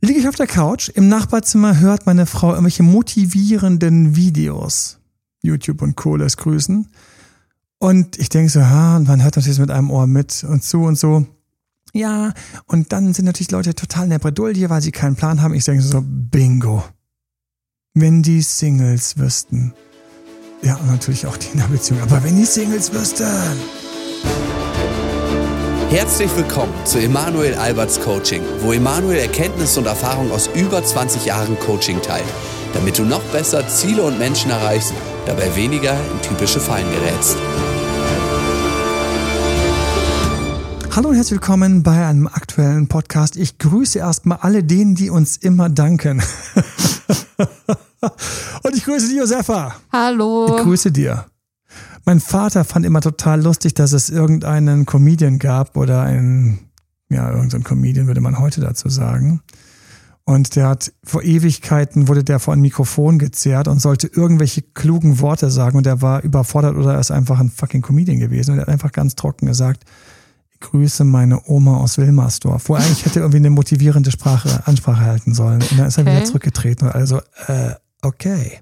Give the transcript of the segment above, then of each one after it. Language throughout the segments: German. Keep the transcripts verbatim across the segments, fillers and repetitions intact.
liege ich auf der Couch, im Nachbarzimmer hört meine Frau irgendwelche motivierenden Videos. YouTube und Co. lässt grüßen. Und ich denke so, ha, und man hört natürlich mit einem Ohr mit und zu und so. Ja, und dann sind natürlich Leute total in der Bredouille, weil sie keinen Plan haben. Ich denke so, bingo. Wenn die Singles wüssten. Ja, und natürlich auch die in der Beziehung. Aber wenn die Singles wüssten. Herzlich willkommen zu Emanuel Alberts Coaching, wo Emanuel Erkenntnisse und Erfahrung aus über zwanzig Jahren Coaching teilt, damit du noch besser Ziele und Menschen erreichst, dabei weniger in typische Fallen gerätst. Hallo und herzlich willkommen bei einem aktuellen Podcast. Ich grüße erstmal alle denen, die uns immer danken. Und ich grüße dich, Josefa. Hallo. Ich grüße dir. Mein Vater fand immer total lustig, dass es irgendeinen Comedian gab oder einen, ja, irgendeinen Comedian würde man heute dazu sagen. Und der hat vor Ewigkeiten, wurde der vor ein Mikrofon gezerrt und sollte irgendwelche klugen Worte sagen und er war überfordert oder er ist einfach ein fucking Comedian gewesen und er hat einfach ganz trocken gesagt, ich grüße meine Oma aus Wilmersdorf, wo er eigentlich hätte irgendwie eine motivierende Sprache, Ansprache halten sollen. Und dann ist er okay. wieder zurückgetreten. Also, äh, okay.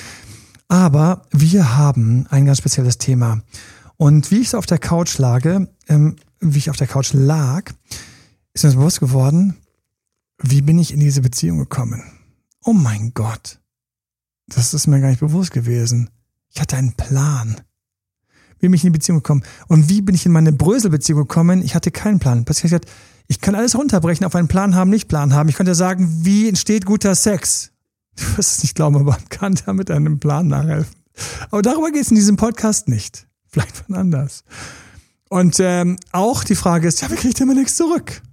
Aber wir haben ein ganz spezielles Thema. Und wie ich so auf der Couch lage, ähm, wie ich auf der Couch lag, ist mir bewusst geworden, wie bin ich in diese Beziehung gekommen? Oh mein Gott. Das ist mir gar nicht bewusst gewesen. Ich hatte einen Plan. Wie bin ich in die Beziehung gekommen? Und wie bin ich in meine Brösel-Beziehung gekommen? Ich hatte keinen Plan. Plötzlich habe ich gesagt, ich kann alles runterbrechen auf einen Plan haben, nicht Plan haben. Ich könnte sagen, wie entsteht guter Sex? Du wirst es nicht glauben, aber man kann da mit einem Plan nachhelfen. Aber darüber geht es in diesem Podcast nicht. Vielleicht von anders. Und ähm, auch die Frage ist, ja, wie kriege ich denn mal nichts zurück?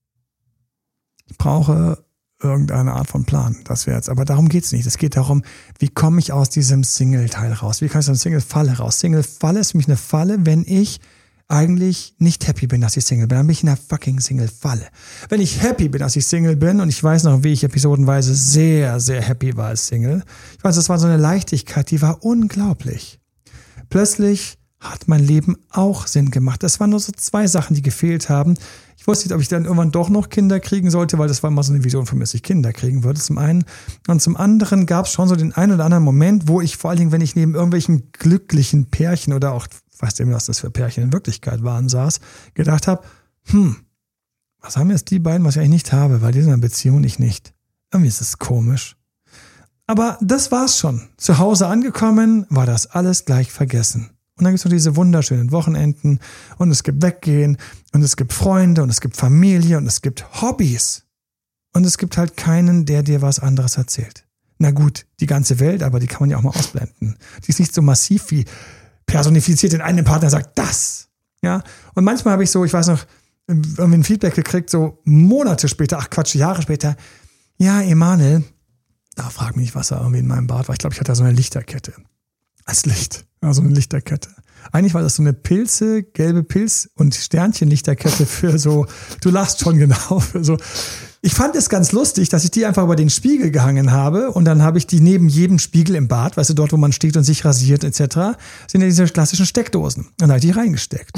Ich brauche irgendeine Art von Plan. Das wäre jetzt. Aber darum geht es nicht. Es geht darum, wie komme ich aus diesem Single-Teil raus? Wie komme ich aus der Single-Falle raus? Single-Falle ist für mich eine Falle, wenn ich eigentlich nicht happy bin, dass ich Single bin, dann bin ich in einer fucking Single-Falle. Wenn ich happy bin, dass ich Single bin, und ich weiß noch, wie ich episodenweise sehr, sehr happy war als Single, ich weiß, das war so eine Leichtigkeit, die war unglaublich. Plötzlich hat mein Leben auch Sinn gemacht. Das waren nur so zwei Sachen, die gefehlt haben. Ich wusste nicht, ob ich dann irgendwann doch noch Kinder kriegen sollte, weil das war immer so eine Vision von mir, dass ich Kinder kriegen würde, zum einen. Und zum anderen gab es schon so den einen oder anderen Moment, wo ich vor allen Dingen, wenn ich neben irgendwelchen glücklichen Pärchen oder auch weiß nicht, was das für Pärchen in Wirklichkeit waren, saß, gedacht habe, hm, was haben jetzt die beiden, was ich eigentlich nicht habe, weil die sind in einer Beziehung, ich nicht. Irgendwie ist es komisch. Aber das war's schon. Zu Hause angekommen, war das alles gleich vergessen. Und dann gibt es noch diese wunderschönen Wochenenden und es gibt Weggehen und es gibt Freunde und es gibt Familie und es gibt Hobbys. Und es gibt halt keinen, der dir was anderes erzählt. Na gut, die ganze Welt, aber die kann man ja auch mal ausblenden. Die ist nicht so massiv wie personifiziert in einem Partner, sagt das. Ja. Und manchmal habe ich so, ich weiß noch, irgendwie ein Feedback gekriegt, so Monate später, ach Quatsch, Jahre später. Ja, Emanuel, da frag mich nicht, was da irgendwie in meinem Bart war. Ich glaube, ich hatte da so eine Lichterkette. Als Licht. Ja, so eine Lichterkette. Eigentlich war das so eine Pilze, gelbe Pilz- und Sternchen-Lichterkette für so, du lachst schon genau, für so. Ich fand es ganz lustig, dass ich die einfach über den Spiegel gehangen habe und dann habe ich die neben jedem Spiegel im Bad, weißt du, dort, wo man steht und sich rasiert et cetera, sind ja diese klassischen Steckdosen. Und da habe ich die reingesteckt.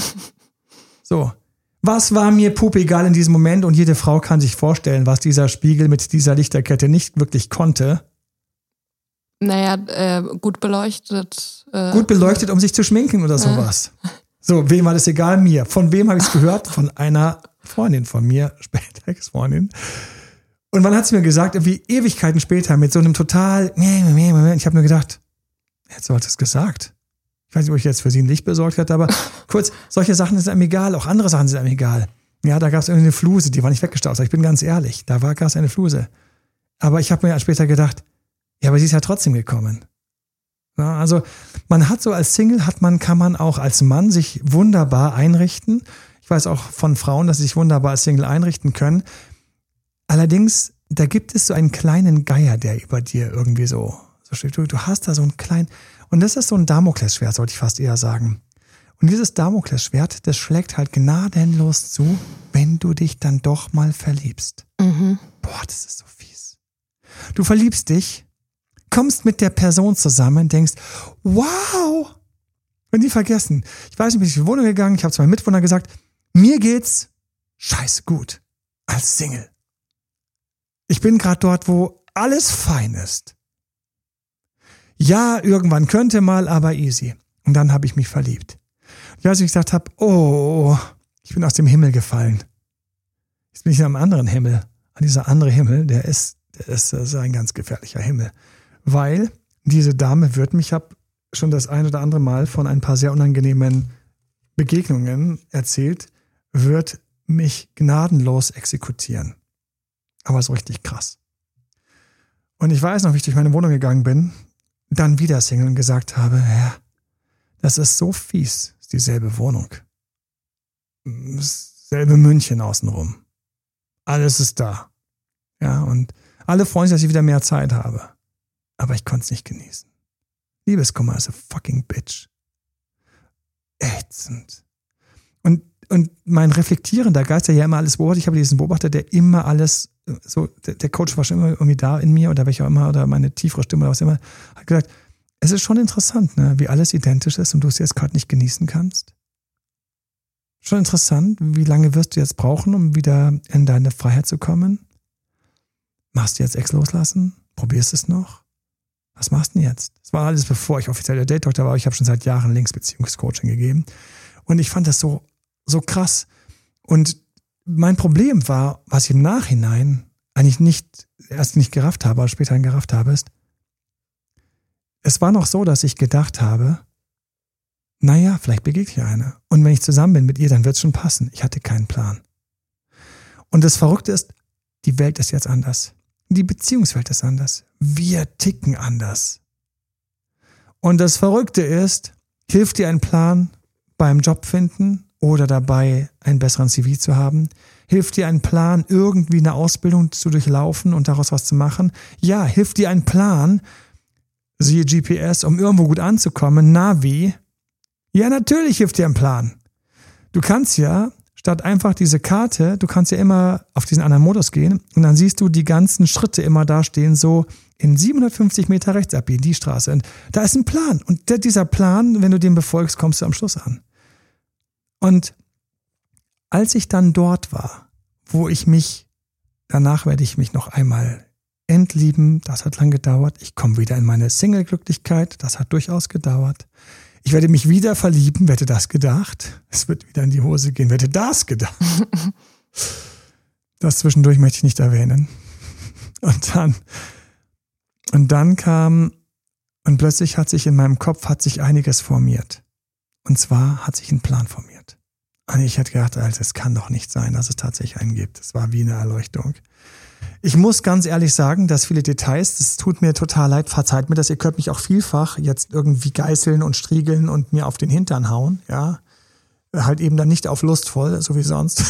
So. Was war mir pupegal in diesem Moment? Und jede Frau kann sich vorstellen, was dieser Spiegel mit dieser Lichterkette nicht wirklich konnte. Naja, äh, gut beleuchtet. Äh, gut beleuchtet, um sich zu schminken oder sowas. Äh. So, wem war das egal? Mir. Von wem habe ich es gehört? Von einer Freundin von mir, später Ex-Freundin. Und wann hat sie mir gesagt, irgendwie Ewigkeiten später mit so einem total, ich habe nur gedacht, jetzt sollte es gesagt. Ich weiß nicht, ob ich jetzt für sie ein Licht besorgt hätte, aber kurz, solche Sachen sind einem egal, auch andere Sachen sind einem egal. Ja, da gab es irgendwie eine Fluse, die war nicht weggestaut. Ich bin ganz ehrlich, da war gar eine Fluse. Aber ich habe mir später gedacht, ja, aber sie ist ja trotzdem gekommen. Ja, also man hat so als Single, hat man, kann man auch als Mann sich wunderbar einrichten. Ich weiß auch von Frauen, dass sie sich wunderbar als Single einrichten können. Allerdings, da gibt es so einen kleinen Geier, der über dir irgendwie so, so steht. Du, du hast da so einen kleinen, und das ist so ein Damoklesschwert, sollte ich fast eher sagen. Und dieses Damoklesschwert, das schlägt halt gnadenlos zu, wenn du dich dann doch mal verliebst. Mhm. Boah, das ist so fies. Du verliebst dich, kommst mit der Person zusammen, denkst, wow, wenn die vergessen. Ich weiß nicht, bin ich in die Wohnung gegangen, ich habe zu meinem Mitwohner gesagt, mir geht's scheiße gut als Single. Ich bin gerade dort, wo alles fein ist. Ja, irgendwann könnte mal, aber easy. Und dann habe ich mich verliebt. Ja, als ich gesagt habe, oh, ich bin aus dem Himmel gefallen. Jetzt bin ich in einem anderen Himmel. An dieser andere Himmel, der ist, der ist, das ist ein ganz gefährlicher Himmel. Weil diese Dame wird mich, ich habe schon das ein oder andere Mal von ein paar sehr unangenehmen Begegnungen erzählt, wird mich gnadenlos exekutieren. Aber so richtig krass. Und ich weiß noch, wie ich durch meine Wohnung gegangen bin, dann wieder Single und gesagt habe, ja, das ist so fies, ist dieselbe Wohnung. Selbe München außenrum. Alles ist da. Ja, und alle freuen sich, dass ich wieder mehr Zeit habe. Aber ich konnte es nicht genießen. Liebeskummer ist a fucking bitch. Ätzend. Und, und mein reflektierender Geist, der ja immer alles beobachtet, ich habe diesen Beobachter, der immer alles, so, der, der Coach war schon immer irgendwie da in mir oder welcher immer, oder meine tiefere Stimme oder was immer, hat gesagt, es ist schon interessant, ne, wie alles identisch ist und du es jetzt gerade nicht genießen kannst. Schon interessant, wie lange wirst du jetzt brauchen, um wieder in deine Freiheit zu kommen? Machst du jetzt Ex loslassen? Probierst es noch? Was machst du denn jetzt? Das war alles, bevor ich offiziell der Date-Doktor war. Ich habe schon seit Jahren Linksbeziehungscoaching gegeben. Und ich fand das so, so krass. Und mein Problem war, was ich im Nachhinein eigentlich nicht, erst nicht gerafft habe, aber später gerafft habe, ist, es war noch so, dass ich gedacht habe, naja, vielleicht begegne ich eine. Und wenn ich zusammen bin mit ihr, dann wird es schon passen. Ich hatte keinen Plan. Und das Verrückte ist, die Welt ist jetzt anders. Die Beziehungswelt ist anders. Wir ticken anders. Und das Verrückte ist, hilft dir ein Plan beim Job finden oder dabei, einen besseren C V zu haben? Hilft dir ein Plan, irgendwie eine Ausbildung zu durchlaufen und daraus was zu machen? Ja, hilft dir ein Plan, siehe G P S, um irgendwo gut anzukommen, Navi? Ja, natürlich hilft dir ein Plan. Du kannst ja, statt einfach diese Karte, du kannst ja immer auf diesen anderen Modus gehen und dann siehst du die ganzen Schritte immer da stehen, so in siebenhundertfünfzig Meter rechts abbiegen, die Straße. Und da ist ein Plan. Und der, dieser Plan, wenn du den befolgst, kommst du am Schluss an. Und als ich dann dort war, wo ich mich, danach werde ich mich noch einmal entlieben, das hat lang gedauert. Ich komme wieder in meine Single-Glücklichkeit, das hat durchaus gedauert. Ich werde mich wieder verlieben, wer hätte das gedacht? Es wird wieder in die Hose gehen, wer hätte das gedacht? Das zwischendurch möchte ich nicht erwähnen. Und dann, und dann kam, und plötzlich hat sich in meinem Kopf, hat sich einiges formiert. Und zwar hat sich ein Plan formiert. Und ich hätte gedacht, Alter, es kann doch nicht sein, dass es tatsächlich einen gibt. Es war wie eine Erleuchtung. Ich muss ganz ehrlich sagen, dass viele Details, das tut mir total leid, verzeiht mir das, ihr könnt mich auch vielfach jetzt irgendwie geißeln und striegeln und mir auf den Hintern hauen, ja. Halt eben dann nicht auf lustvoll, so wie sonst.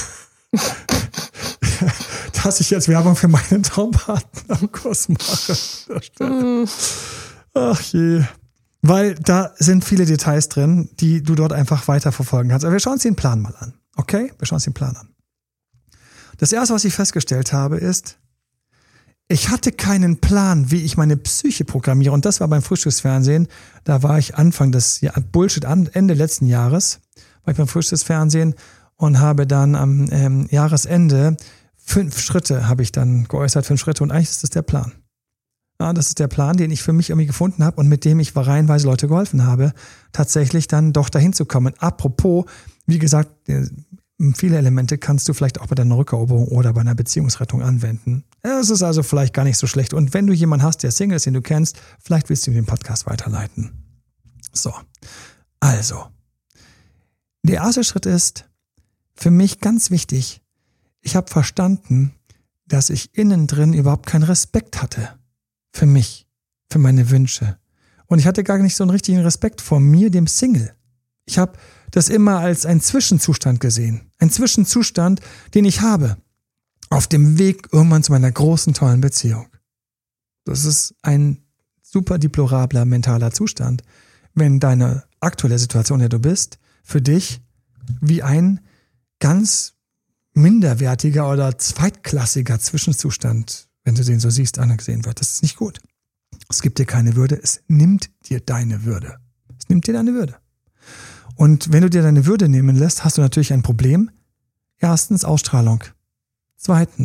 Dass ich jetzt Werbung für meinen Traumpartnerkurs mache. Mm. Ach je. Weil da sind viele Details drin, die du dort einfach weiter verfolgen kannst. Aber wir schauen uns den Plan mal an. Okay? Wir schauen uns den Plan an. Das erste, was ich festgestellt habe, ist, ich hatte keinen Plan, wie ich meine Psyche programmiere. Und das war beim Frühstücksfernsehen. Da war ich Anfang des ja, Bullshit, Ende letzten Jahres, war ich beim Frühstücksfernsehen und habe dann am ähm, Jahresende fünf Schritte, habe ich dann geäußert, fünf Schritte. Und eigentlich ist das der Plan. Ja, das ist der Plan, den ich für mich irgendwie gefunden habe und mit dem ich reihenweise Leute geholfen habe, tatsächlich dann doch dahin zu kommen. Apropos, wie gesagt, viele Elemente kannst du vielleicht auch bei deiner Rückeroberung oder bei einer Beziehungsrettung anwenden. Es ist also vielleicht gar nicht so schlecht. Und wenn du jemanden hast, der Single ist, den du kennst, vielleicht willst du den Podcast weiterleiten. So, also, der erste Schritt ist für mich ganz wichtig. Ich habe verstanden, dass ich innen drin überhaupt keinen Respekt hatte für mich, für meine Wünsche. Und ich hatte gar nicht so einen richtigen Respekt vor mir, dem Single. Ich habe das immer als einen Zwischenzustand gesehen. Ein Zwischenzustand, den ich habe. Auf dem Weg irgendwann zu meiner großen, tollen Beziehung. Das ist ein super deplorabler mentaler Zustand, wenn deine aktuelle Situation, in der du bist, für dich wie ein ganz minderwertiger oder zweitklassiger Zwischenzustand, wenn du den so siehst, angesehen wird. Das ist nicht gut. Es gibt dir keine Würde, es nimmt dir deine Würde. Es nimmt dir deine Würde. Und wenn du dir deine Würde nehmen lässt, hast du natürlich ein Problem. Erstens Ausstrahlung. Zweitens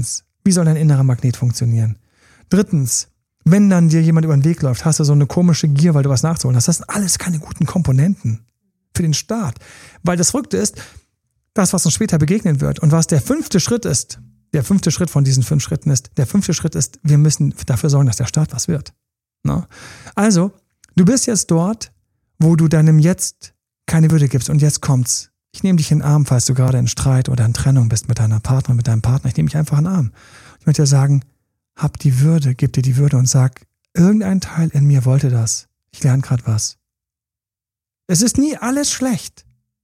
Wie soll dein innerer Magnet funktionieren? Drittens, wenn dann dir jemand über den Weg läuft, hast du so eine komische Gier, weil du was nachzuholen hast. Das sind alles keine guten Komponenten für den Start. Weil das Verrückte ist, das, was uns später begegnen wird und was der fünfte Schritt ist, der fünfte Schritt von diesen fünf Schritten ist, der fünfte Schritt ist, wir müssen dafür sorgen, dass der Start was wird. Na? Also, du bist jetzt dort, wo du deinem Jetzt keine Würde gibst und jetzt kommt's. Ich nehme dich in den Arm, falls du gerade in Streit oder in Trennung bist mit deiner Partnerin, mit deinem Partner. Ich nehme dich einfach in den Arm. Ich möchte dir sagen, hab die Würde, gib dir die Würde und sag, irgendein Teil in mir wollte das. Ich lerne gerade was. Es ist nie alles schlecht.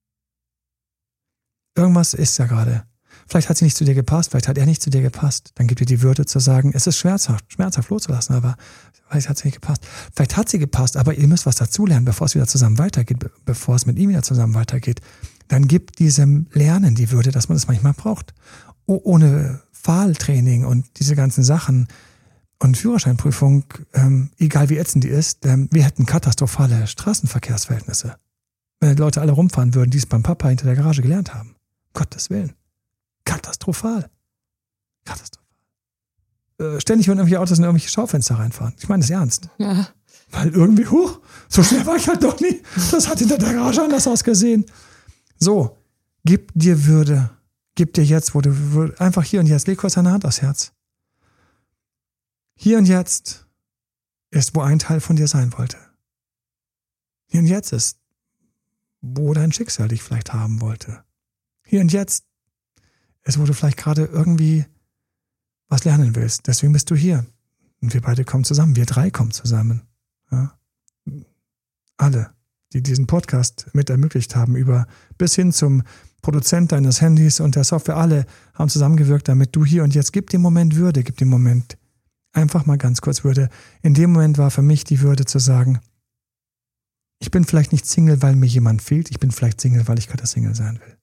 Irgendwas ist ja gerade. Vielleicht hat sie nicht zu dir gepasst, vielleicht hat er nicht zu dir gepasst. Dann gib dir die Würde zu sagen, es ist schmerzhaft, schmerzhaft loszulassen, aber vielleicht hat sie nicht gepasst. Vielleicht hat sie gepasst, aber ihr müsst was dazulernen, bevor es wieder zusammen weitergeht, bevor es mit ihm wieder zusammen weitergeht. Dann gibt diesem Lernen die Würde, dass man das manchmal braucht. Oh, ohne Fahrtraining und diese ganzen Sachen und Führerscheinprüfung, ähm, egal wie ätzend die ist, ähm, wir hätten katastrophale Straßenverkehrsverhältnisse. Wenn die Leute alle rumfahren würden, die es beim Papa hinter der Garage gelernt haben. Um Gottes Willen. Katastrophal. Katastrophal. Äh, ständig würden irgendwelche Autos in irgendwelche Schaufenster reinfahren. Ich meine das ernst. Ja. Weil irgendwie, huch, so schnell war ich halt doch nie. Das hat hinter der Garage anders ausgesehen. So, gib dir Würde. Gib dir jetzt, wo du einfach hier und jetzt, leg kurz deine Hand aufs Herz. Hier und jetzt ist, wo ein Teil von dir sein wollte. Hier und jetzt ist, wo dein Schicksal dich vielleicht haben wollte. Hier und jetzt ist, wo du vielleicht gerade irgendwie was lernen willst. Deswegen bist du hier. Und wir beide kommen zusammen. Wir drei kommen zusammen. Ja? Alle, die diesen Podcast mit ermöglicht haben, über bis hin zum Produzent deines Handys und der Software, alle haben zusammengewirkt, damit du hier und jetzt, gib dem Moment Würde, gib dem Moment einfach mal ganz kurz Würde. In dem Moment war für mich die Würde zu sagen, ich bin vielleicht nicht Single, weil mir jemand fehlt, ich bin vielleicht Single, weil ich gerade Single sein will.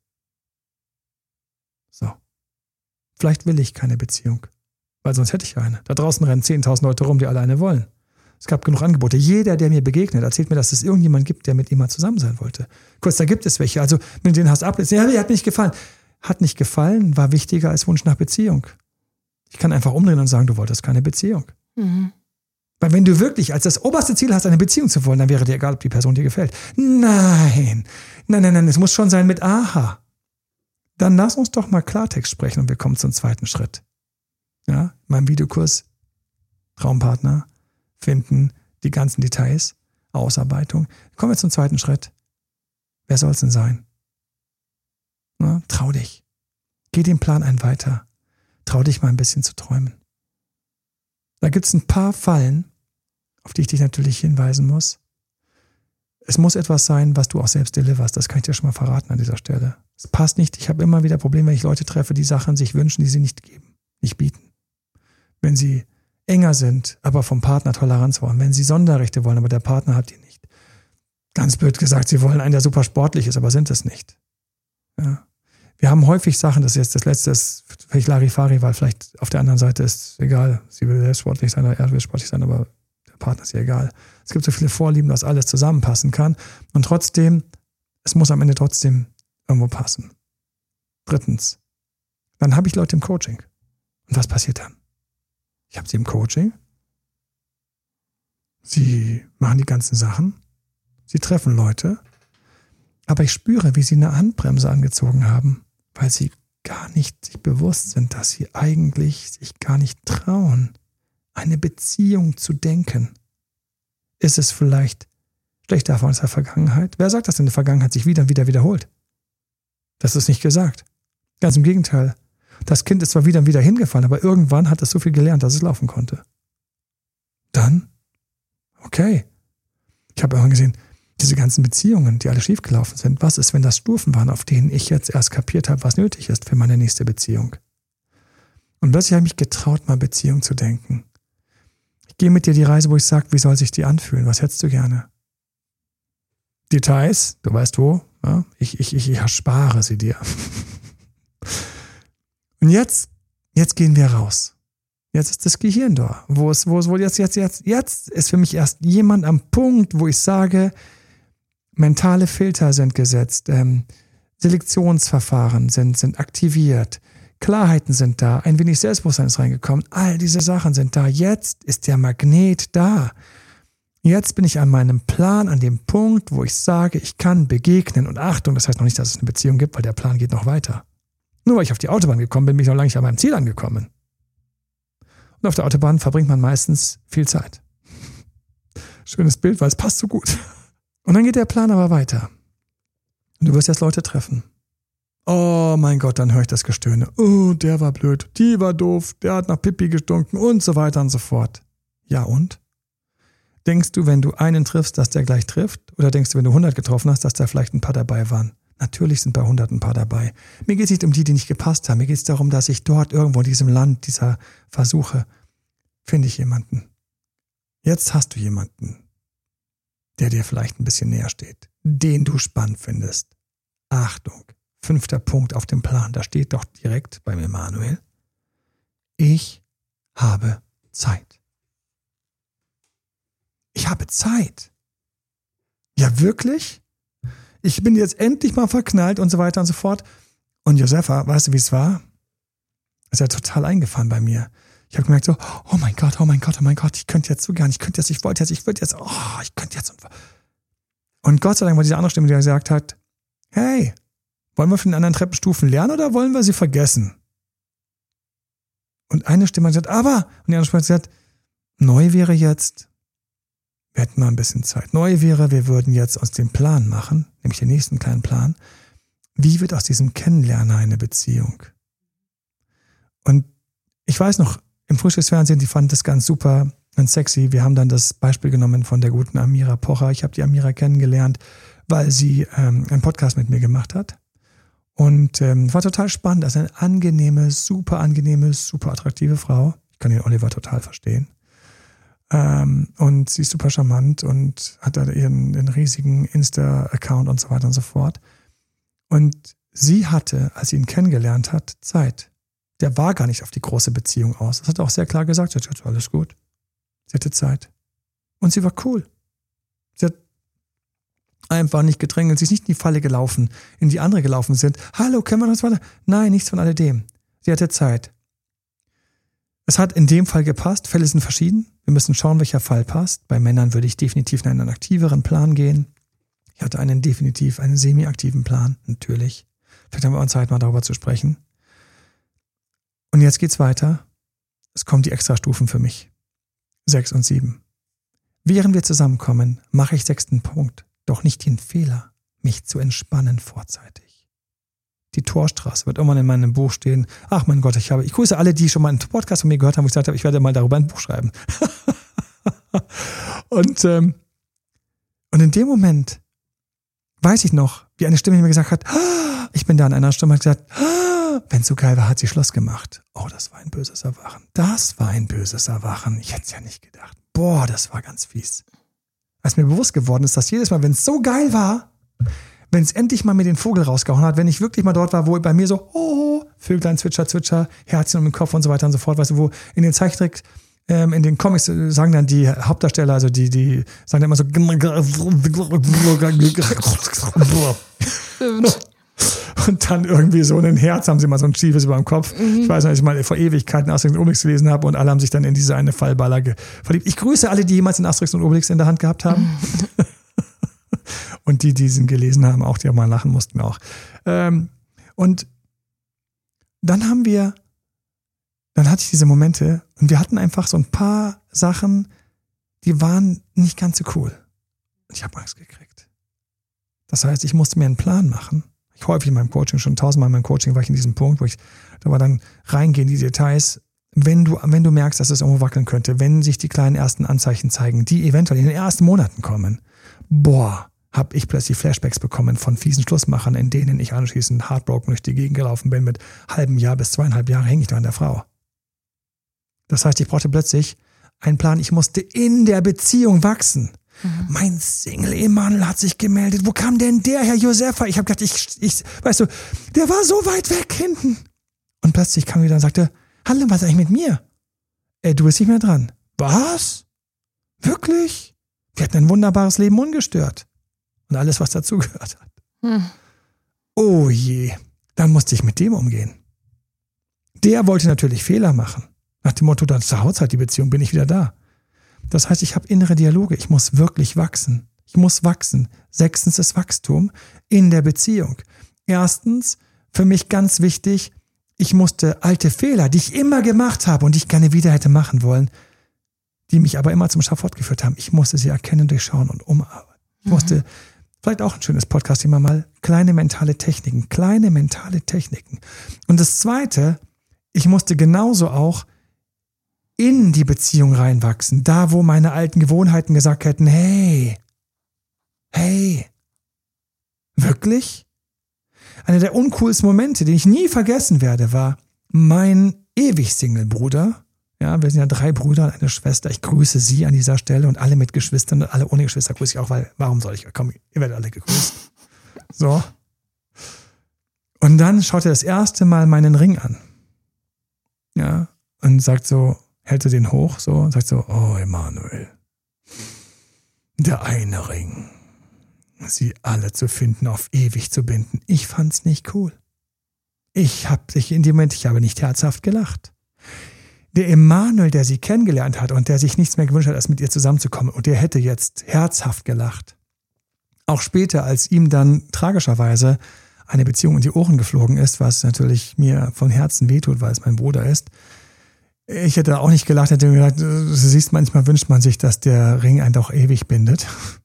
So. Vielleicht will ich keine Beziehung, weil sonst hätte ich eine. Da draußen rennen zehntausend Leute rum, die alle eine wollen. Es gab genug Angebote. Jeder, der mir begegnet, erzählt mir, dass es irgendjemand gibt, der mit ihm mal zusammen sein wollte. Kurz, da gibt es welche. Also, wenn du den hast, ablesen, ja, der hat mir nicht gefallen. Hat nicht gefallen, war wichtiger als Wunsch nach Beziehung. Ich kann einfach umdrehen und sagen, du wolltest keine Beziehung. Mhm. Weil wenn du wirklich als das oberste Ziel hast, eine Beziehung zu wollen, dann wäre dir egal, ob die Person dir gefällt. Nein, nein, nein, nein, es muss schon sein mit Aha. Dann lass uns doch mal Klartext sprechen und wir kommen zum zweiten Schritt. Ja, mein Videokurs, Traumpartner, finden, die ganzen Details, Ausarbeitung. Kommen wir zum zweiten Schritt. Wer soll es denn sein? Na, trau dich. Geh den Plan ein weiter. Trau dich mal ein bisschen zu träumen. Da gibt es ein paar Fallen, auf die ich dich natürlich hinweisen muss. Es muss etwas sein, was du auch selbst deliverst. Das kann ich dir schon mal verraten an dieser Stelle. Es passt nicht. Ich habe immer wieder Probleme, wenn ich Leute treffe, die Sachen sich wünschen, die sie nicht geben, nicht bieten. Wenn sie enger sind, aber vom Partner Toleranz wollen. Wenn sie Sonderrechte wollen, aber der Partner hat die nicht. Ganz blöd gesagt, sie wollen einen, der super sportlich ist, aber sind es nicht. Ja. Wir haben häufig Sachen, das ist jetzt das letzte, ist vielleicht Larifari, weil vielleicht auf der anderen Seite ist egal, sie will selbst sportlich sein oder er will sportlich sein, aber der Partner ist ihr egal. Es gibt so viele Vorlieben, dass alles zusammenpassen kann und trotzdem, es muss am Ende trotzdem irgendwo passen. Drittens, dann habe ich Leute im Coaching. Und was passiert dann? Ich habe sie im Coaching. Sie machen die ganzen Sachen. Sie treffen Leute. Aber ich spüre, wie sie eine Handbremse angezogen haben, weil sie gar nicht sich bewusst sind, dass sie eigentlich sich gar nicht trauen, eine Beziehung zu denken. Ist es vielleicht schlechte Erfahrung aus der Vergangenheit? Wer sagt, dass in der Vergangenheit sich wieder und wieder wiederholt? Das ist nicht gesagt. Ganz im Gegenteil. Das Kind ist zwar wieder und wieder hingefallen, aber irgendwann hat es so viel gelernt, dass es laufen konnte. Dann, okay. Ich habe irgendwann gesehen, diese ganzen Beziehungen, die alle schiefgelaufen sind, was ist, wenn das Stufen waren, auf denen ich jetzt erst kapiert habe, was nötig ist für meine nächste Beziehung? Und plötzlich habe ich mich getraut, mal Beziehung zu denken. Ich gehe mit dir die Reise, wo ich sage, wie soll sich die anfühlen? Was hättest du gerne? Details, du weißt wo, ja? ich, ich, ich, ich erspare sie dir. Und jetzt, jetzt gehen wir raus. Jetzt ist das Gehirn da. Wo ist, wo ist, wo jetzt, jetzt, jetzt, jetzt ist für mich erst jemand am Punkt, wo ich sage, mentale Filter sind gesetzt, ähm, Selektionsverfahren sind, sind aktiviert, Klarheiten sind da, ein wenig Selbstbewusstsein ist reingekommen, all diese Sachen sind da. Jetzt ist der Magnet da. Jetzt bin ich an meinem Plan, an dem Punkt, wo ich sage, ich kann begegnen. Und Achtung, das heißt noch nicht, dass es eine Beziehung gibt, weil der Plan geht noch weiter. Nur weil ich auf die Autobahn gekommen bin, bin ich noch lange nicht an meinem Ziel angekommen. Und auf der Autobahn verbringt man meistens viel Zeit. Schönes Bild, weil es passt so gut. Und dann geht der Plan aber weiter. Und du wirst jetzt Leute treffen. Oh mein Gott, dann höre ich das Gestöhne. Oh, der war blöd, die war doof, der hat nach Pipi gestunken und so weiter und so fort. Ja und? Denkst du, wenn du einen triffst, dass der gleich trifft? Oder denkst du, wenn du hundert getroffen hast, dass da vielleicht ein paar dabei waren? Natürlich sind bei hundert ein paar dabei. Mir geht es nicht um die, die nicht gepasst haben. Mir geht es darum, dass ich dort irgendwo in diesem Land dieser Versuche finde ich jemanden. Jetzt hast du jemanden, der dir vielleicht ein bisschen näher steht, den du spannend findest. Achtung, fünfter Punkt auf dem Plan, da steht doch direkt beim Emanuel: Ich habe Zeit. Ich habe Zeit. Ja, wirklich? Ich bin jetzt endlich mal verknallt und so weiter und so fort. Und Josefa, weißt du, wie es war? Ist ja total eingefahren bei mir. Ich habe gemerkt so, oh mein Gott, oh mein Gott, oh mein Gott, ich könnte jetzt so gern, ich könnte jetzt, ich wollte jetzt, ich würde jetzt, oh, ich könnte jetzt. Und Gott sei Dank war diese andere Stimme, die gesagt hat, hey, wollen wir von den anderen Treppenstufen lernen oder wollen wir sie vergessen? Und eine Stimme hat gesagt, aber, und die andere Stimme hat gesagt, neu wäre jetzt, wir hätten mal ein bisschen Zeit. Neu wäre, wir würden jetzt aus dem Plan machen, nämlich den nächsten kleinen Plan, wie wird aus diesem Kennenlernen eine Beziehung? Und ich weiß noch, im Frühstücksfernsehen, die fanden das ganz super und sexy. Wir haben dann das Beispiel genommen von der guten Amira Pocher. Ich habe die Amira kennengelernt, weil sie ähm, einen Podcast mit mir gemacht hat. Und ähm, war total spannend. Das ist eine angenehme, super angenehme, super attraktive Frau. Ich kann den Oliver total verstehen. Ähm, und sie ist super charmant und hat da ihren, ihren riesigen Insta-Account und so weiter und so fort. Und sie hatte, als sie ihn kennengelernt hat, Zeit. Der war gar nicht auf die große Beziehung aus. Das hat er auch sehr klar gesagt. Sie hat gesagt, alles gut. Sie hatte Zeit. Und sie war cool. Sie hat einfach nicht gedrängelt. Sie ist nicht in die Falle gelaufen, in die andere gelaufen sind. Hallo, können wir das weiter? Nein, nichts von alledem. Sie hatte Zeit. Es hat in dem Fall gepasst. Fälle sind verschieden. Wir müssen schauen, welcher Fall passt. Bei Männern würde ich definitiv in einen aktiveren Plan gehen. Ich hatte einen definitiv, einen semi-aktiven Plan, natürlich. Vielleicht haben wir auch Zeit, mal darüber zu sprechen. Und jetzt geht's weiter. Es kommen die Extrastufen für mich. Sechs und sieben. Während wir zusammenkommen, mache ich sechsten Punkt. Doch nicht den Fehler, mich zu entspannen vorzeitig. Die Torstraße wird irgendwann in meinem Buch stehen. Ach mein Gott, ich habe, ich grüße alle, die schon mal einen Podcast von mir gehört haben, wo ich gesagt habe, ich werde mal darüber ein Buch schreiben. und, ähm, und in dem Moment weiß ich noch, wie eine Stimme mir gesagt hat, ich bin da an einer Stimme, hat gesagt, wenn es so geil war, hat sie Schluss gemacht. Oh, das war ein böses Erwachen. Das war ein böses Erwachen. Ich hätte es ja nicht gedacht. Boah, das war ganz fies. Als mir bewusst geworden ist, dass jedes Mal, wenn es so geil war, wenn es endlich mal mir den Vogel rausgehauen hat, wenn ich wirklich mal dort war, wo bei mir so, oh, Vöglein, Zwitscher, Zwitscher, Herzchen um den Kopf und so weiter und so fort, weißt du, wo in den Zeichentrick, ähm, in den Comics äh, sagen dann die Hauptdarsteller, also die, die sagen dann immer so, und dann irgendwie so ein Herz, haben sie mal so ein schiefes über dem Kopf. Mhm. Ich weiß nicht, als ich mal vor Ewigkeiten Asterix und Obelix gelesen habe und alle haben sich dann in diese eine Fallballer ge- verliebt. Ich grüße alle, die jemals den Asterix und Obelix in der Hand gehabt haben. Mhm. Und die, die diesen gelesen haben, auch, die auch mal lachen mussten auch. Ähm, und dann haben wir, dann hatte ich diese Momente und wir hatten einfach so ein paar Sachen, die waren nicht ganz so cool. Und ich habe Angst gekriegt. Das heißt, ich musste mir einen Plan machen. Ich häufig in meinem Coaching, schon tausendmal in meinem Coaching war ich in diesem Punkt, wo ich da war dann reingehen, die Details, wenn du, wenn du merkst, dass es irgendwo wackeln könnte, wenn sich die kleinen ersten Anzeichen zeigen, die eventuell in den ersten Monaten kommen, boah, habe ich plötzlich Flashbacks bekommen von fiesen Schlussmachern, in denen ich anschließend heartbroken durch die Gegend gelaufen bin. Mit halbem Jahr bis zweieinhalb Jahre hänge ich da an der Frau. Das heißt, ich brauchte plötzlich einen Plan. Ich musste in der Beziehung wachsen. Mhm. Mein Single-Emanuel hat sich gemeldet. Wo kam denn der, Herr Josefa? Ich habe gedacht, ich, ich, weißt du, der war so weit weg hinten. Und plötzlich kam er wieder und sagte, hallo, was ist eigentlich mit mir? Äh, du bist nicht mehr dran. Was? Wirklich? Wir hatten ein wunderbares Leben ungestört. Und alles, was dazugehört hat. Hm. Oh je, dann musste ich mit dem umgehen. Der wollte natürlich Fehler machen. Nach dem Motto, dann zerhaut halt die Beziehung, bin ich wieder da. Das heißt, ich habe innere Dialoge. Ich muss wirklich wachsen. Ich muss wachsen. Sechstens ist Wachstum in der Beziehung. Erstens, für mich ganz wichtig, ich musste alte Fehler, die ich immer gemacht habe und die ich gerne wieder hätte machen wollen, die mich aber immer zum Schafott geführt haben, ich musste sie erkennen, durchschauen und umarbeiten. Ich mhm. musste, vielleicht auch ein schönes Podcast-Thema mal, kleine mentale Techniken, kleine mentale Techniken. Und das Zweite, ich musste genauso auch in die Beziehung reinwachsen, da wo meine alten Gewohnheiten gesagt hätten, hey, hey, wirklich? Einer der uncoolsten Momente, den ich nie vergessen werde, war mein ewig Single-Bruder. Ja, wir sind ja drei Brüder und eine Schwester. Ich grüße sie an dieser Stelle und alle mit Geschwistern und alle ohne Geschwister grüße ich auch, weil warum soll ich? Komm, ihr werdet alle gegrüßt. So. Und dann schaut er das erste Mal meinen Ring an. Ja, und sagt so, hält er den hoch so und sagt so, oh Emanuel, der eine Ring. Sie alle zu finden, auf ewig zu binden. Ich fand's nicht cool. Ich hab sich in dem Moment, ich habe nicht herzhaft gelacht. Der Emanuel, der sie kennengelernt hat und der sich nichts mehr gewünscht hat, als mit ihr zusammenzukommen, und der hätte jetzt herzhaft gelacht. Auch später, als ihm dann tragischerweise eine Beziehung in die Ohren geflogen ist, was natürlich mir von Herzen wehtut, weil es mein Bruder ist. Ich hätte auch nicht gelacht, hätte mir gesagt, du siehst, manchmal wünscht man sich, dass der Ring einen doch ewig bindet.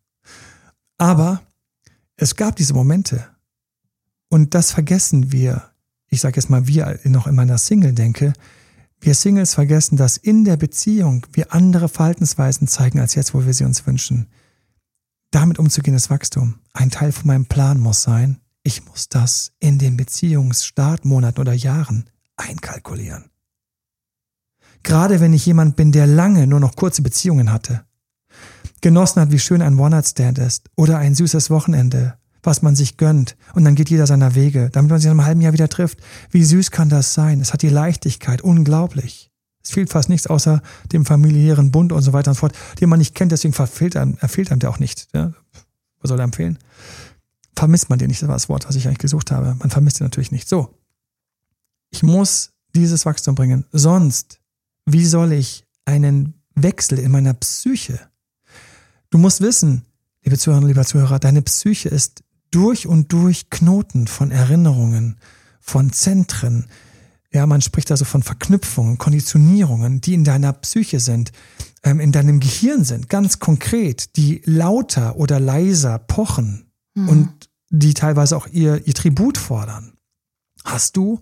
Aber es gab diese Momente und das vergessen wir. Ich sage jetzt mal, wir noch in meiner Single-Denke, wir Singles vergessen, dass in der Beziehung wir andere Verhaltensweisen zeigen, als jetzt, wo wir sie uns wünschen. Damit umzugehen ist Wachstum. Ein Teil von meinem Plan muss sein, ich muss das in den Beziehungsstartmonaten oder Jahren einkalkulieren. Gerade wenn ich jemand bin, der lange nur noch kurze Beziehungen hatte, genossen hat, wie schön ein One-Night-Stand ist oder ein süßes Wochenende, was man sich gönnt und dann geht jeder seiner Wege, damit man sich in einem halben Jahr wieder trifft. Wie süß kann das sein? Es hat die Leichtigkeit, unglaublich. Es fehlt fast nichts außer dem familiären Bund und so weiter und so fort, den man nicht kennt, deswegen verfehlt einem, erfehlt einem der auch nicht. Ja? Was soll er empfehlen? Vermisst man den nicht, das war das Wort, was ich eigentlich gesucht habe. Man vermisst ihn natürlich nicht. So, ich muss dieses Wachstum bringen, sonst, wie soll ich einen Wechsel in meiner Psyche? Du musst wissen, liebe Zuhörerinnen, lieber Zuhörer, deine Psyche ist durch und durch Knoten von Erinnerungen, von Zentren. Ja, man spricht also von Verknüpfungen, Konditionierungen, die in deiner Psyche sind, ähm, in deinem Gehirn sind, ganz konkret, die lauter oder leiser pochen mhm. und die teilweise auch ihr, ihr Tribut fordern. Hast du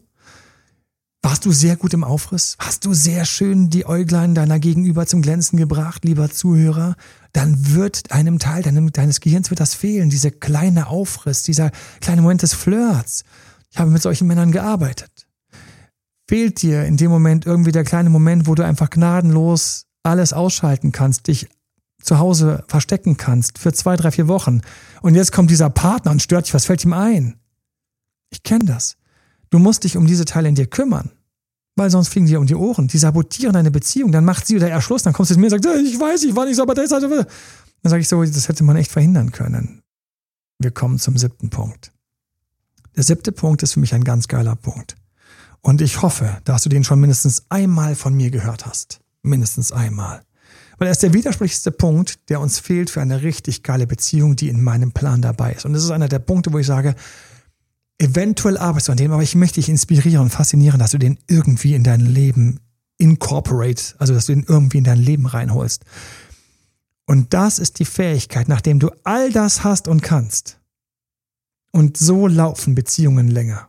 Warst du sehr gut im Aufriss? Hast du sehr schön die Äuglein deiner Gegenüber zum Glänzen gebracht, lieber Zuhörer? Dann wird einem Teil deinem, deines Gehirns wird das fehlen, diese kleine Aufriss, dieser kleine Moment des Flirts. Ich habe mit solchen Männern gearbeitet. Fehlt dir in dem Moment irgendwie der kleine Moment, wo du einfach gnadenlos alles ausschalten kannst, dich zu Hause verstecken kannst für zwei, drei, vier Wochen. Und jetzt kommt dieser Partner und stört dich, was fällt ihm ein? Ich kenne das. Du musst dich um diese Teile in dir kümmern, weil sonst fliegen dir um die Ohren. Die sabotieren deine Beziehung, dann macht sie oder er Schluss, dann kommst du zu mir und sagst, ich weiß, ich war nicht so, aber das ist halt... Dann sage ich so, das hätte man echt verhindern können. Wir kommen zum siebten Punkt. Der siebte Punkt ist für mich ein ganz geiler Punkt. Und ich hoffe, dass du den schon mindestens einmal von mir gehört hast. Mindestens einmal. Weil er ist der widersprüchlichste Punkt, der uns fehlt für eine richtig geile Beziehung, die in meinem Plan dabei ist. Und das ist einer der Punkte, wo ich sage, eventuell arbeitest du an dem, aber ich möchte dich inspirieren und faszinieren, dass du den irgendwie in dein Leben incorporate, also dass du den irgendwie in dein Leben reinholst. Und das ist die Fähigkeit, nachdem du all das hast und kannst. Und so laufen Beziehungen länger.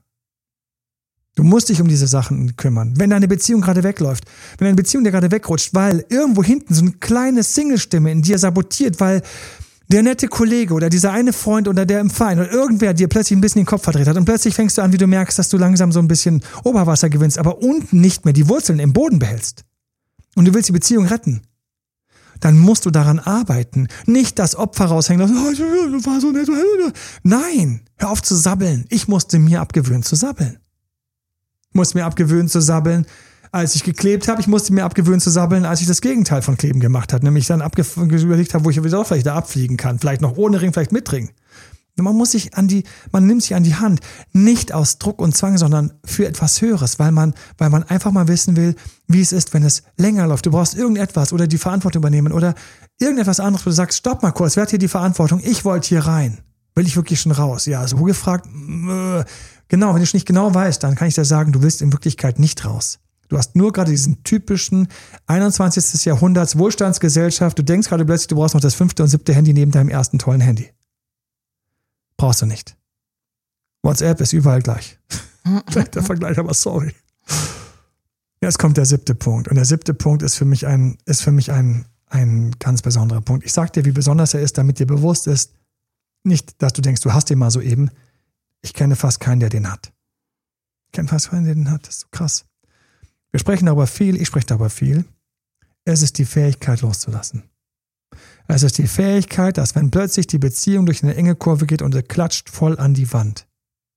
Du musst dich um diese Sachen kümmern. Wenn deine Beziehung gerade wegläuft, wenn deine Beziehung dir gerade wegrutscht, weil irgendwo hinten so eine kleine Single-Stimme in dir sabotiert, weil der nette Kollege oder dieser eine Freund oder der im Verein oder irgendwer dir plötzlich ein bisschen den Kopf verdreht hat und plötzlich fängst du an, wie du merkst, dass du langsam so ein bisschen Oberwasser gewinnst, aber unten nicht mehr die Wurzeln im Boden behältst und du willst die Beziehung retten, dann musst du daran arbeiten. Nicht das Opfer raushängen lassen, oh, das war so nett. Nein, hör auf zu sabbeln. Ich musste mir abgewöhnen zu sabbeln. Ich musste mir abgewöhnen zu sabbeln, als ich geklebt habe. Ich musste mir abgewöhnen zu sabbeln, als ich das Gegenteil von Kleben gemacht habe. Nämlich dann abge- überlegt habe, wo ich wieder vielleicht da abfliegen kann. Vielleicht noch ohne Ring, vielleicht mit Ring. Man muss sich an die, man nimmt sich an die Hand, nicht aus Druck und Zwang, sondern für etwas Höheres, weil man, weil man einfach mal wissen will, wie es ist, wenn es länger läuft. Du brauchst irgendetwas oder die Verantwortung übernehmen oder irgendetwas anderes, wo du sagst, stopp mal kurz, wer hat hier die Verantwortung? Ich wollte hier rein. Will ich wirklich schon raus? Ja, so gefragt, äh, genau, wenn du nicht genau weißt, dann kann ich dir sagen, du willst in Wirklichkeit nicht raus. Du hast nur gerade diesen typischen einundzwanzigsten Jahrhunderts Wohlstandsgesellschaft. Du denkst gerade plötzlich, du brauchst noch das fünfte und siebte Handy neben deinem ersten tollen Handy. Brauchst du nicht. WhatsApp ist überall gleich. Der Vergleich, aber sorry. Jetzt kommt der siebte Punkt. Und der siebte Punkt ist für mich ein, ist für mich ein, ein ganz besonderer Punkt. Ich sag dir, wie besonders er ist, damit dir bewusst ist, nicht, dass du denkst, du hast den mal soeben. Ich kenne fast keinen, der den hat. Ich kenne fast keinen, der den hat. Das ist so krass. Wir sprechen darüber viel, ich spreche darüber viel. Es ist die Fähigkeit loszulassen. Es ist die Fähigkeit, dass wenn plötzlich die Beziehung durch eine enge Kurve geht und er klatscht voll an die Wand.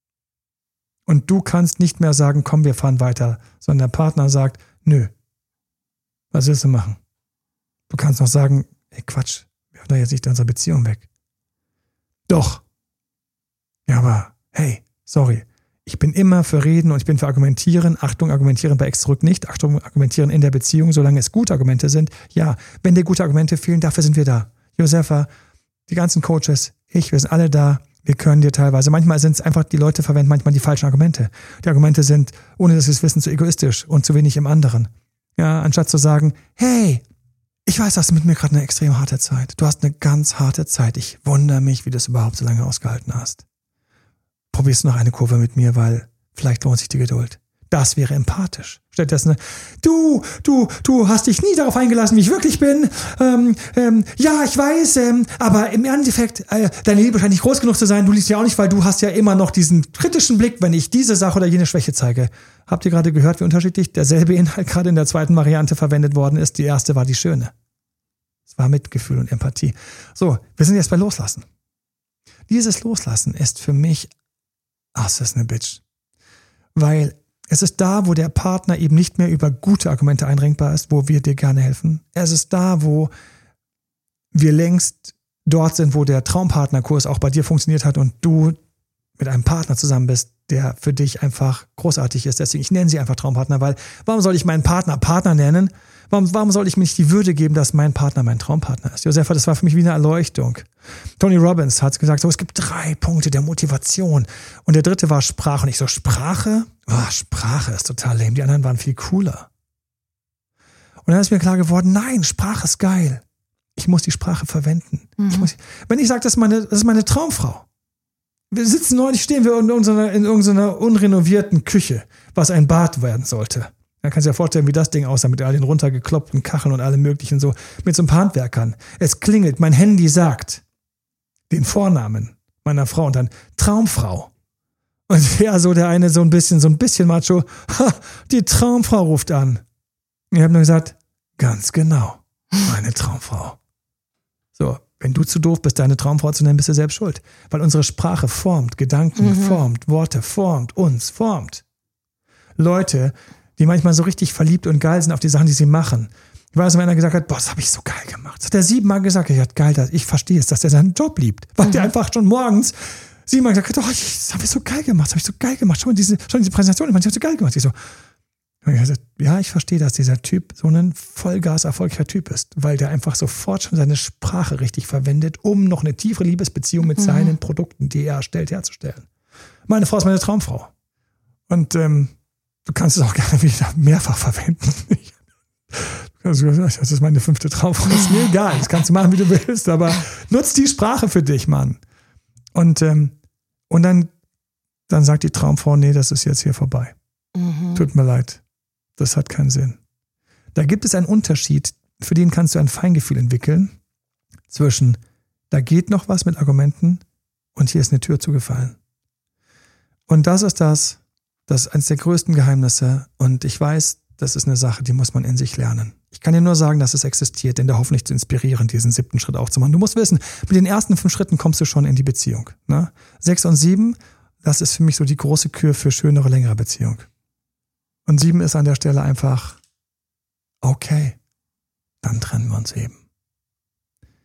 Und du kannst nicht mehr sagen, komm, wir fahren weiter, sondern der Partner sagt, nö. Was willst du machen? Du kannst noch sagen, ey Quatsch, wir haben doch jetzt nicht unsere Beziehung weg. Doch. Ja, aber hey, sorry. Ich bin immer für Reden und ich bin für Argumentieren. Achtung, Argumentieren bei Ex zurück nicht. Achtung, Argumentieren in der Beziehung, solange es gute Argumente sind. Ja, wenn dir gute Argumente fehlen, dafür sind wir da. Josefa, die ganzen Coaches, ich, wir sind alle da. Wir können dir teilweise, manchmal sind es einfach, die Leute verwenden manchmal die falschen Argumente. Die Argumente sind, ohne dass sie es wissen, zu egoistisch und zu wenig im anderen. Ja, anstatt zu sagen, hey, ich weiß, du hast mit mir gerade eine extrem harte Zeit. Du hast eine ganz harte Zeit. Ich wundere mich, wie du es überhaupt so lange ausgehalten hast. Probierst noch eine Kurve mit mir, weil vielleicht lohnt sich die Geduld. Das wäre empathisch. Stattdessen, du, du, du hast dich nie darauf eingelassen, wie ich wirklich bin. Ähm, ähm, ja, ich weiß, ähm, aber im Endeffekt, äh, deine Liebe scheint nicht groß genug zu sein. Du liest ja auch nicht, weil du hast ja immer noch diesen kritischen Blick, wenn ich diese Sache oder jene Schwäche zeige. Habt ihr gerade gehört, wie unterschiedlich derselbe Inhalt gerade in der zweiten Variante verwendet worden ist? Die erste war die schöne. Es war Mitgefühl und Empathie. So, wir sind jetzt bei Loslassen. Dieses Loslassen ist für mich Ach, das ist eine Bitch. Weil es ist da, wo der Partner eben nicht mehr über gute Argumente einringbar ist, wo wir dir gerne helfen. Es ist da, wo wir längst dort sind, wo der Traumpartnerkurs auch bei dir funktioniert hat und du mit einem Partner zusammen bist, der für dich einfach großartig ist. Deswegen, ich nenne sie einfach Traumpartner, weil warum soll ich meinen Partner Partner nennen? Warum, warum soll ich mir nicht die Würde geben, dass mein Partner mein Traumpartner ist? Josefa, das war für mich wie eine Erleuchtung. Tony Robbins hat gesagt, so, es gibt drei Punkte der Motivation. Und der dritte war Sprache. Und ich so, Sprache? Oh, Sprache ist total lame. Die anderen waren viel cooler. Und dann ist mir klar geworden, nein, Sprache ist geil. Ich muss die Sprache verwenden. Mhm. Ich muss, wenn ich sage, das ist meine, das ist meine Traumfrau. Wir sitzen neulich, stehen wir in irgendeiner, in irgendeiner unrenovierten Küche, was ein Bad werden sollte. Dann kannst du dir vorstellen, wie das Ding aussah mit all den runtergekloppten Kacheln und allem möglichen so, mit so ein paar Handwerkern. Es klingelt, mein Handy sagt den Vornamen meiner Frau und dann Traumfrau. Und ja, so der eine so ein bisschen, so ein bisschen macho, ha, die Traumfrau ruft an. Ich habe nur gesagt, ganz genau, meine Traumfrau. So, wenn du zu doof bist, deine Traumfrau zu nennen, bist du selbst schuld. Weil unsere Sprache formt, Gedanken mhm. formt, Worte formt, uns formt. Leute, die manchmal so richtig verliebt und geil sind auf die Sachen, die sie machen. Ich weiß, wenn einer gesagt hat, boah, das habe ich so geil gemacht. Das hat er siebenmal gesagt. Ich hat geil, ich verstehe es, dass der seinen Job liebt. Weil mhm. der einfach schon morgens siebenmal gesagt hat, oh, das habe ich so geil gemacht, das habe ich so geil gemacht. Schon diese, schon diese Präsentation, ich habe so geil gemacht. Ich so, ja, ich verstehe, dass dieser Typ so ein Vollgas erfolgreicher Typ ist, weil der einfach sofort schon seine Sprache richtig verwendet, um noch eine tiefere Liebesbeziehung mit mhm. seinen Produkten, die er erstellt, herzustellen. Meine Frau ist meine Traumfrau. Und ähm, du kannst es auch gerne wieder mehrfach verwenden. Das ist meine fünfte Traumfrau. Ist mir egal. Das kannst du machen, wie du willst. Aber nutz die Sprache für dich, Mann. Und, ähm, und dann, dann sagt die Traumfrau, nee, das ist jetzt hier vorbei. Mhm. Tut mir leid. Das hat keinen Sinn. Da gibt es einen Unterschied, für den kannst du ein Feingefühl entwickeln, zwischen, da geht noch was mit Argumenten und hier ist eine Tür zugefallen. Und das ist das, das ist eines der größten Geheimnisse. Und ich weiß, das ist eine Sache, die muss man in sich lernen. Ich kann dir nur sagen, dass es existiert, denn da hoffentlich zu inspirieren, diesen siebten Schritt auch zu machen. Du musst wissen, mit den ersten fünf Schritten kommst du schon in die Beziehung. Ne? Sechs und sieben, das ist für mich so die große Kür für schönere, längere Beziehung. Und sieben ist an der Stelle einfach, okay, dann trennen wir uns eben.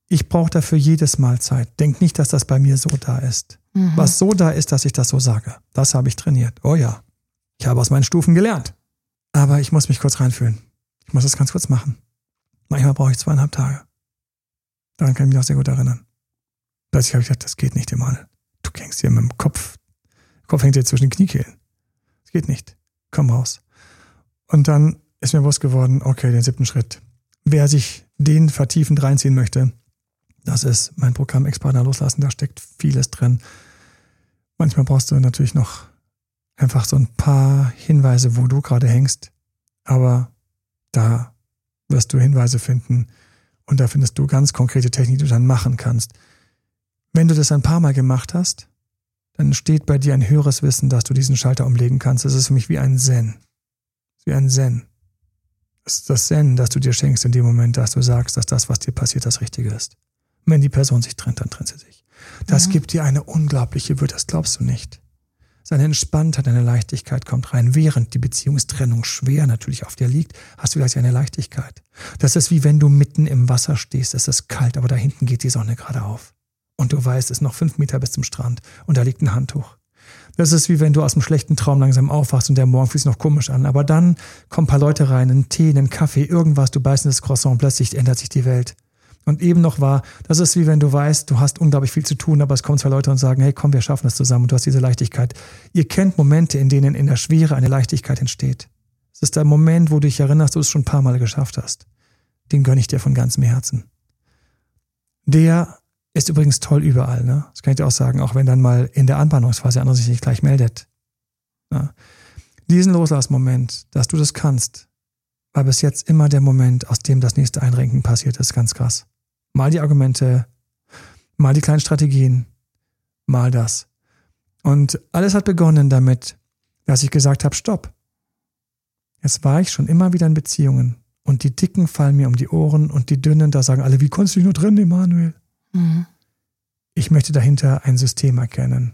Ich brauche dafür jedes Mal Zeit. Denk nicht, dass das bei mir so da ist. Mhm. Was so da ist, dass ich das so sage. Das habe ich trainiert. Oh ja. Ich habe aus meinen Stufen gelernt. Aber ich muss mich kurz reinfühlen. Ich muss das ganz kurz machen. Manchmal brauche ich zweieinhalb Tage. Daran kann ich mich auch sehr gut erinnern. Plötzlich habe ich gedacht, das geht nicht, Emanuel. Du hängst hier mit dem Kopf. Der Kopf hängt dir zwischen den Kniekehlen. Das geht nicht. Komm raus. Und dann ist mir bewusst geworden, okay, den siebten Schritt. Wer sich den vertiefend reinziehen möchte, das ist mein Programm Ex-Partner loslassen. Da steckt vieles drin. Manchmal brauchst du natürlich noch einfach so ein paar Hinweise, wo du gerade hängst. Aber da wirst du Hinweise finden und da findest du ganz konkrete Techniken, die du dann machen kannst. Wenn du das ein paar Mal gemacht hast, dann steht bei dir ein höheres Wissen, dass du diesen Schalter umlegen kannst. Das ist für mich wie ein Zen. Wie ein Zen. Das ist das Zen, das du dir schenkst in dem Moment, dass du sagst, dass das, was dir passiert, das Richtige ist. Und wenn die Person sich trennt, dann trennt sie sich. Das mhm. gibt dir eine unglaubliche Würde, das glaubst du nicht. Seine Entspanntheit, eine Leichtigkeit kommt rein. Während die Beziehungstrennung schwer natürlich auf dir liegt, hast du gleich eine Leichtigkeit. Das ist wie wenn du mitten im Wasser stehst, es ist kalt, aber da hinten geht die Sonne gerade auf. Und du weißt, es ist noch fünf Meter bis zum Strand und da liegt ein Handtuch. Das ist wie wenn du aus einem schlechten Traum langsam aufwachst und der Morgen fühlt sich noch komisch an. Aber dann kommen ein paar Leute rein, einen Tee, einen Kaffee, irgendwas, du beißt in das Croissant und plötzlich ändert sich die Welt. Und eben noch war, das ist wie wenn du weißt, du hast unglaublich viel zu tun, aber es kommen zwei Leute und sagen, hey komm, wir schaffen das zusammen und du hast diese Leichtigkeit. Ihr kennt Momente, in denen in der Schwere eine Leichtigkeit entsteht. Es ist der Moment, wo du dich erinnerst, du es schon ein paar Mal geschafft hast. Den gönne ich dir von ganzem Herzen. Der ist übrigens toll überall, ne? Das kann ich dir auch sagen, auch wenn dann mal in der Anbahnungsphase der andere sich nicht gleich meldet. Ja. Diesen Loslassmoment, dass du das kannst, war bis jetzt immer der Moment, aus dem das nächste Einrenken passiert ist, ganz krass. Mal die Argumente, mal die kleinen Strategien, mal das. Und alles hat begonnen damit, dass ich gesagt habe, stopp. Jetzt war ich schon immer wieder in Beziehungen und die Dicken fallen mir um die Ohren und die Dünnen, da sagen alle, wie konntest du dich nur trennen, Emanuel? Mhm. Ich möchte dahinter ein System erkennen.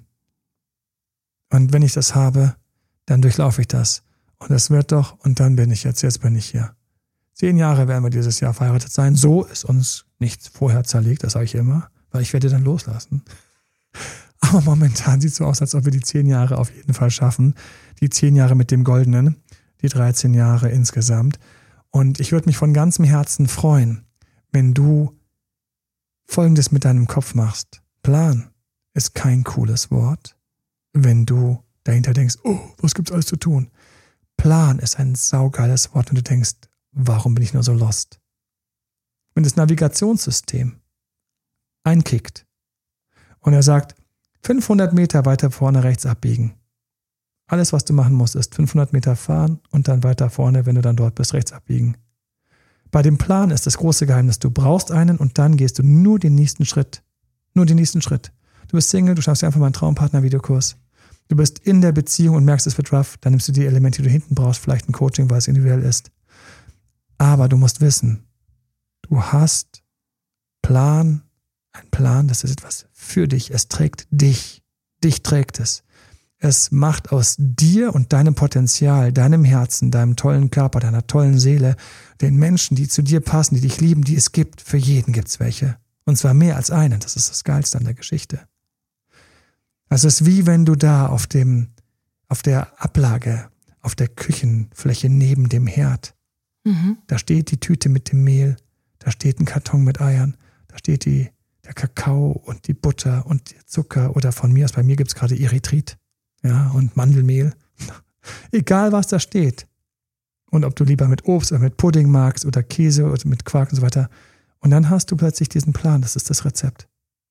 Und wenn ich das habe, dann durchlaufe ich das. Und es wird doch, und dann bin ich jetzt, jetzt bin ich hier. Zehn Jahre werden wir dieses Jahr verheiratet sein. So ist uns nichts vorher zerlegt, das sage ich immer, weil ich werde dann loslassen. Aber momentan sieht es so aus, als ob wir die zehn Jahre auf jeden Fall schaffen. Die zehn Jahre mit dem Goldenen, die dreizehn Jahre insgesamt. Und ich würde mich von ganzem Herzen freuen, wenn du Folgendes mit deinem Kopf machst. Plan ist kein cooles Wort, wenn du dahinter denkst, oh, was gibt's alles zu tun? Plan ist ein saugeiles Wort, wenn du denkst, warum bin ich nur so lost? Wenn das Navigationssystem einkickt und er sagt, fünfhundert Meter weiter vorne rechts abbiegen. Alles, was du machen musst, ist fünfhundert Meter fahren und dann weiter vorne, wenn du dann dort bist, rechts abbiegen. Bei dem Plan ist das große Geheimnis, du brauchst einen und dann gehst du nur den nächsten Schritt. Nur den nächsten Schritt. Du bist Single, du schaffst dir einfach mal einen Traumpartner-Videokurs. Du bist in der Beziehung und merkst, es wird rough, dann nimmst du die Elemente, die du hinten brauchst, vielleicht ein Coaching, weil es individuell ist. Aber du musst wissen, du hast Plan, ein Plan, das ist etwas für dich. Es trägt dich. Dich trägt es. Es macht aus dir und deinem Potenzial, deinem Herzen, deinem tollen Körper, deiner tollen Seele, den Menschen, die zu dir passen, die dich lieben, die es gibt. Für jeden gibt es welche. Und zwar mehr als einen. Das ist das Geilste an der Geschichte. Es ist wie wenn du da auf dem, auf der Ablage, auf der Küchenfläche neben dem Herd, mhm. da steht die Tüte mit dem Mehl, da steht ein Karton mit Eiern, da steht die, der Kakao und die Butter und der Zucker oder von mir aus, bei mir gibt es gerade Erythrit, ja, und Mandelmehl. Egal, was da steht. Und ob du lieber mit Obst oder mit Pudding magst oder Käse oder mit Quark und so weiter. Und dann hast du plötzlich diesen Plan, das ist das Rezept.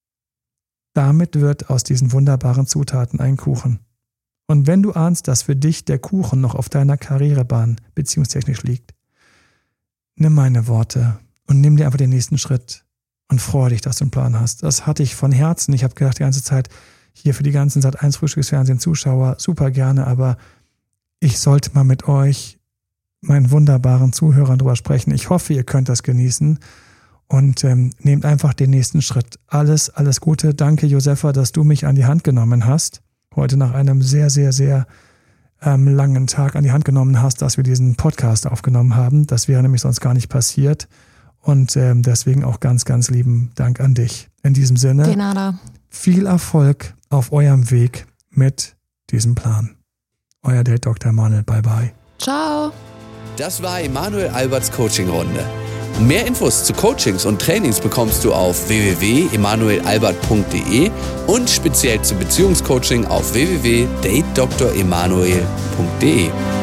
Damit wird aus diesen wunderbaren Zutaten ein Kuchen. Und wenn du ahnst, dass für dich der Kuchen noch auf deiner Karrierebahn beziehungstechnisch liegt, nimm meine Worte und nimm dir einfach den nächsten Schritt und freue dich, dass du einen Plan hast. Das hatte ich von Herzen. Ich habe gedacht die ganze Zeit, hier für die ganzen Sat eins Frühstücksfernsehen Zuschauer, super gerne, aber ich sollte mal mit euch, meinen wunderbaren Zuhörern, drüber sprechen. Ich hoffe, ihr könnt das genießen. Und ähm, nehmt einfach den nächsten Schritt. Alles, alles Gute. Danke, Josefa, dass du mich an die Hand genommen hast. Heute nach einem sehr, sehr, sehr ähm, langen Tag an die Hand genommen hast, dass wir diesen Podcast aufgenommen haben. Das wäre nämlich sonst gar nicht passiert. Und ähm, deswegen auch ganz, ganz lieben Dank an dich. In diesem Sinne, De nada. Viel Erfolg auf eurem Weg mit diesem Plan. Euer Date Doktor Emanuel. Bye, bye. Ciao. Das war Emanuel Alberts Coaching-Runde. Mehr Infos zu Coachings und Trainings bekommst du auf w w w punkt emanuel albert punkt d e und speziell zum Beziehungscoaching auf w w w punkt date doktor emanuel punkt d e.